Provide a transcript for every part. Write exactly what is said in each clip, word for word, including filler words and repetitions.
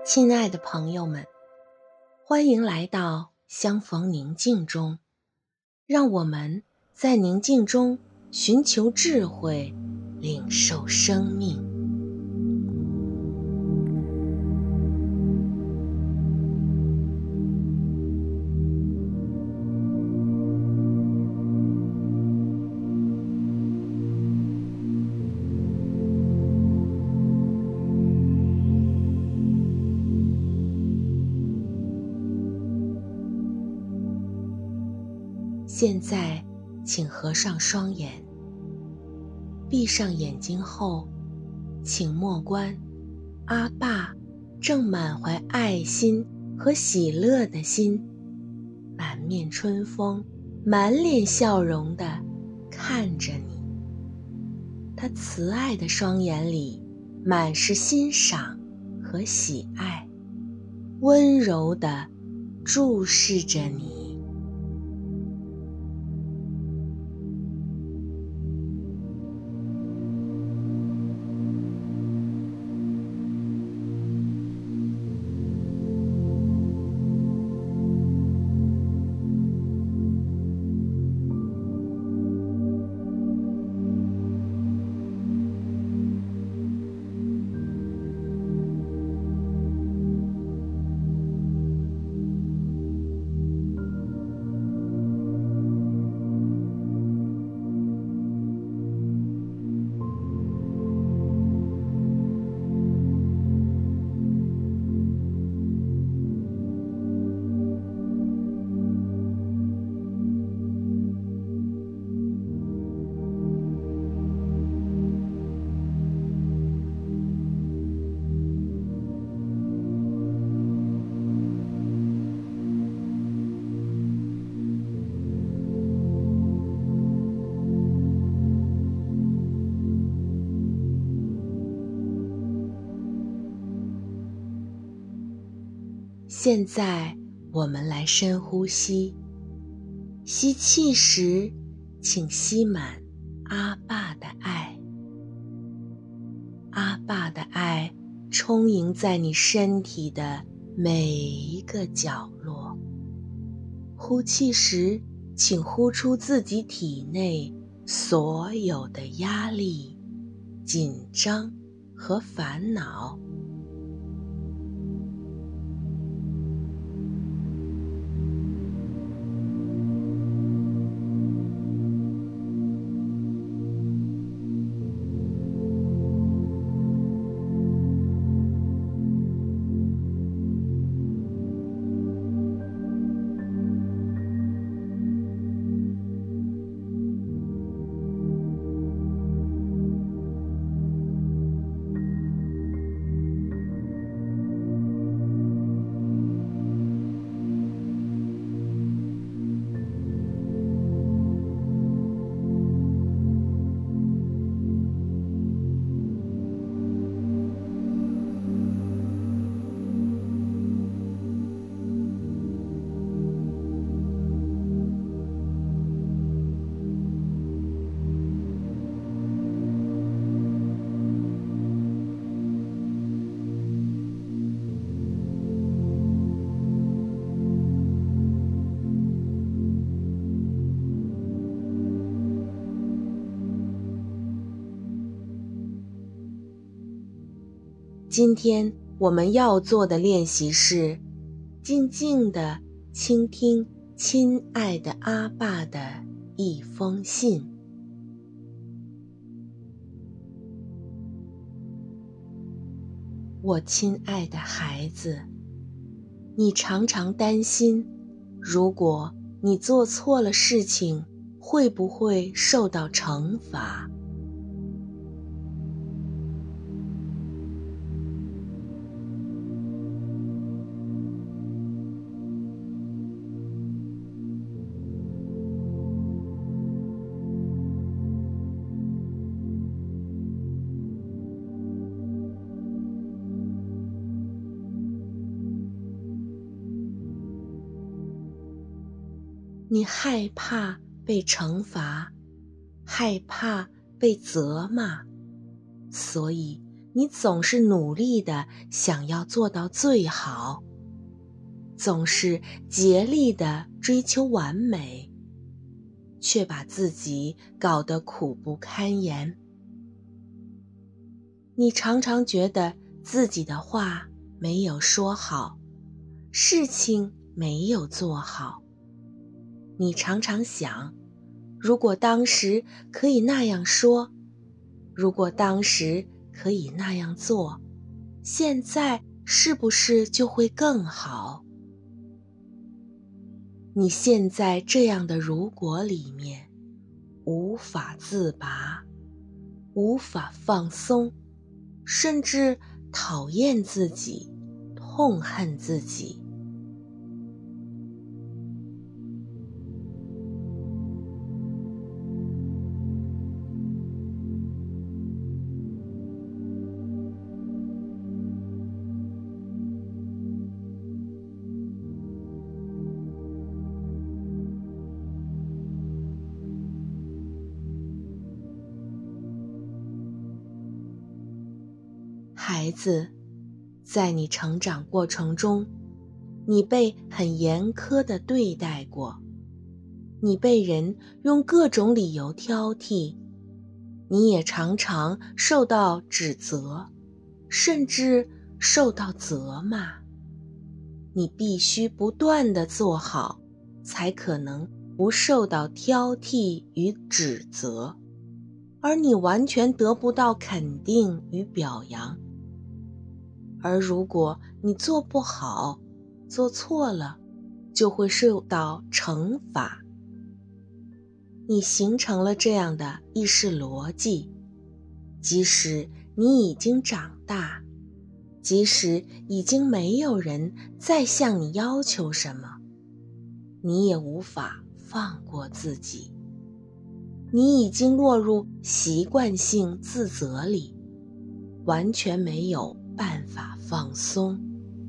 亲爱的朋友们，欢迎来到相逢宁静中，让我们在宁静中寻求智慧，领受生命。现在，请合上双眼，闭上眼睛后，请默观阿爸正满怀爱心和喜乐的心，满面春风，满脸笑容地看着你。他慈爱的双眼里满是欣赏和喜爱，温柔地注视着你。现在我们来深呼吸，吸气时，请吸满阿爸的爱。阿爸的爱充盈在你身体的每一个角落。呼气时，请呼出自己体内所有的压力、紧张和烦恼。今天我们要做的练习是静静地倾听亲爱的阿爸的一封信。我亲爱的孩子，你常常担心，如果你做错了事情，会不会受到惩罚？你害怕被惩罚，害怕被责骂，所以你总是努力地想要做到最好，总是竭力地追求完美，却把自己搞得苦不堪言。你常常觉得自己的话没有说好，事情没有做好。你常常想，如果当时可以那样说，如果当时可以那样做，现在是不是就会更好？你陷在这样的如果里面，无法自拔，无法放松，甚至讨厌自己，痛恨自己。孩子，在你成长过程中，你被很严苛地对待过，你被人用各种理由挑剔，你也常常受到指责，甚至受到责骂。你必须不断地做好，才可能不受到挑剔与指责，而你完全得不到肯定与表扬。而如果你做不好，做错了，就会受到惩罚。你形成了这样的意识逻辑，即使你已经长大，即使已经没有人再向你要求什么，你也无法放过自己。你已经落入习惯性自责里，完全没有办法放松。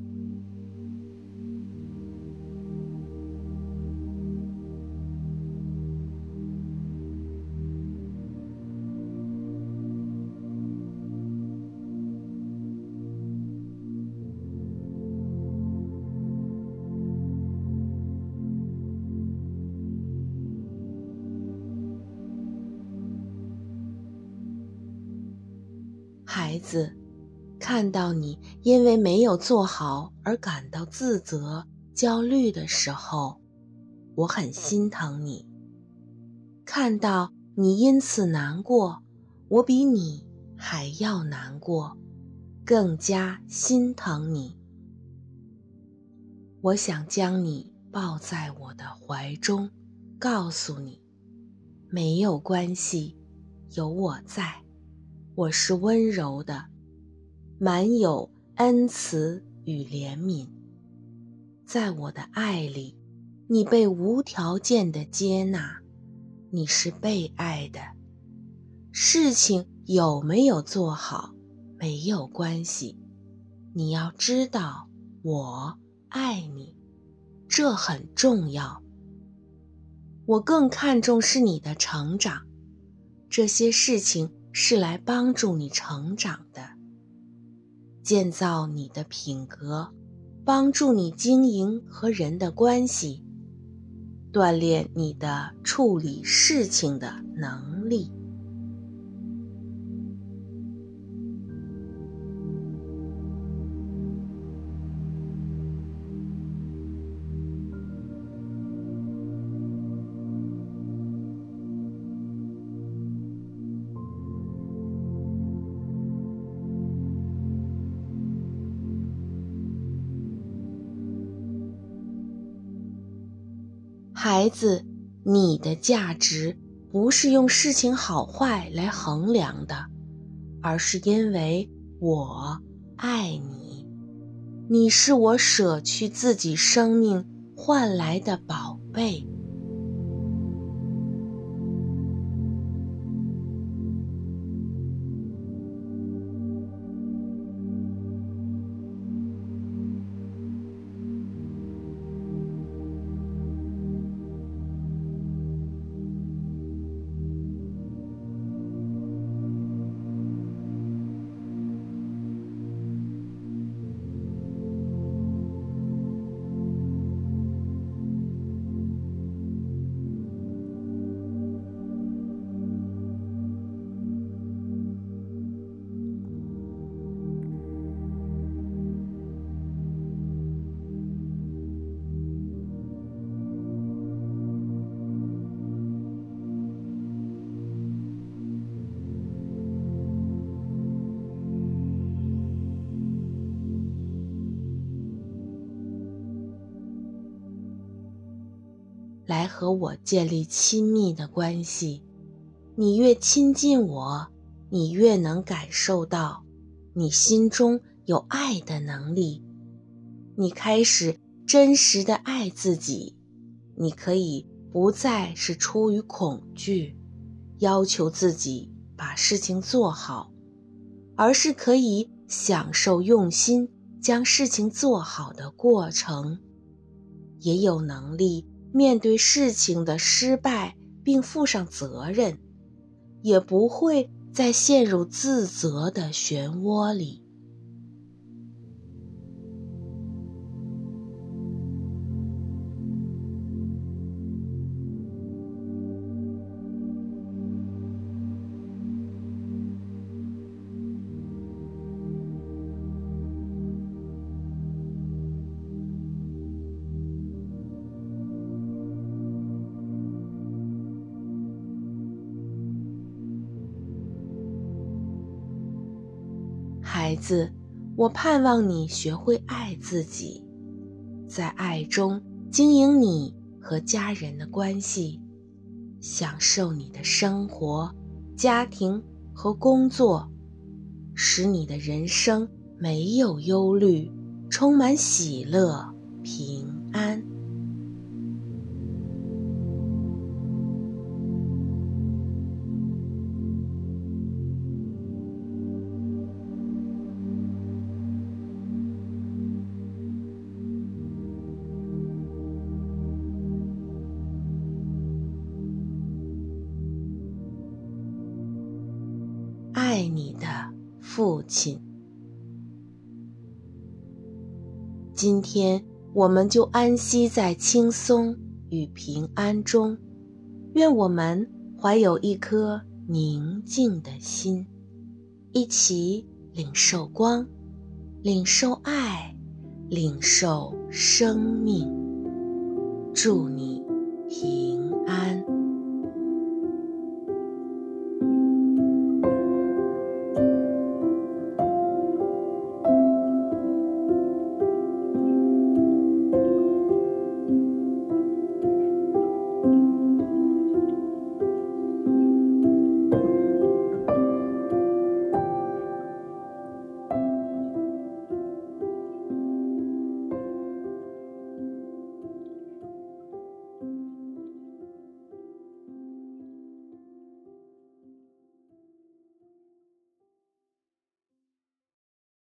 孩子，看到你因为没有做好而感到自责、焦虑的时候，我很心疼你。看到你因此难过，我比你还要难过，更加心疼你。我想将你抱在我的怀中，告诉你，没有关系，有我在，我是温柔的，满有恩慈与怜悯。在我的爱里，你被无条件的接纳，你是被爱的。事情有没有做好没有关系，你要知道我爱你，这很重要。我更看重是你的成长，这些事情是来帮助你成长的，建造你的品格，帮助你经营和人的关系，锻炼你的处理事情的能力。孩子，你的价值不是用事情好坏来衡量的，而是因为我爱你。你是我舍去自己生命换来的宝贝。 来和我建立亲密的关系。你越亲近我，你越能感受到你心中有爱的能力。你开始真实地爱自己，你可以不再是出于恐惧，要求自己把事情做好，而是可以享受用心将事情做好的过程，也有能力面对事情的失败并负上责任，也不会再陷入自责的漩涡里。孩子，我盼望你学会爱自己，在爱中经营你和家人的关系，享受你的生活、家庭和工作，使你的人生没有忧虑，充满喜乐、平安。爱你的父亲。今天我们就安息在轻松与平安中，愿我们怀有一颗宁静的心，一起领受光，领受爱，领受生命。祝你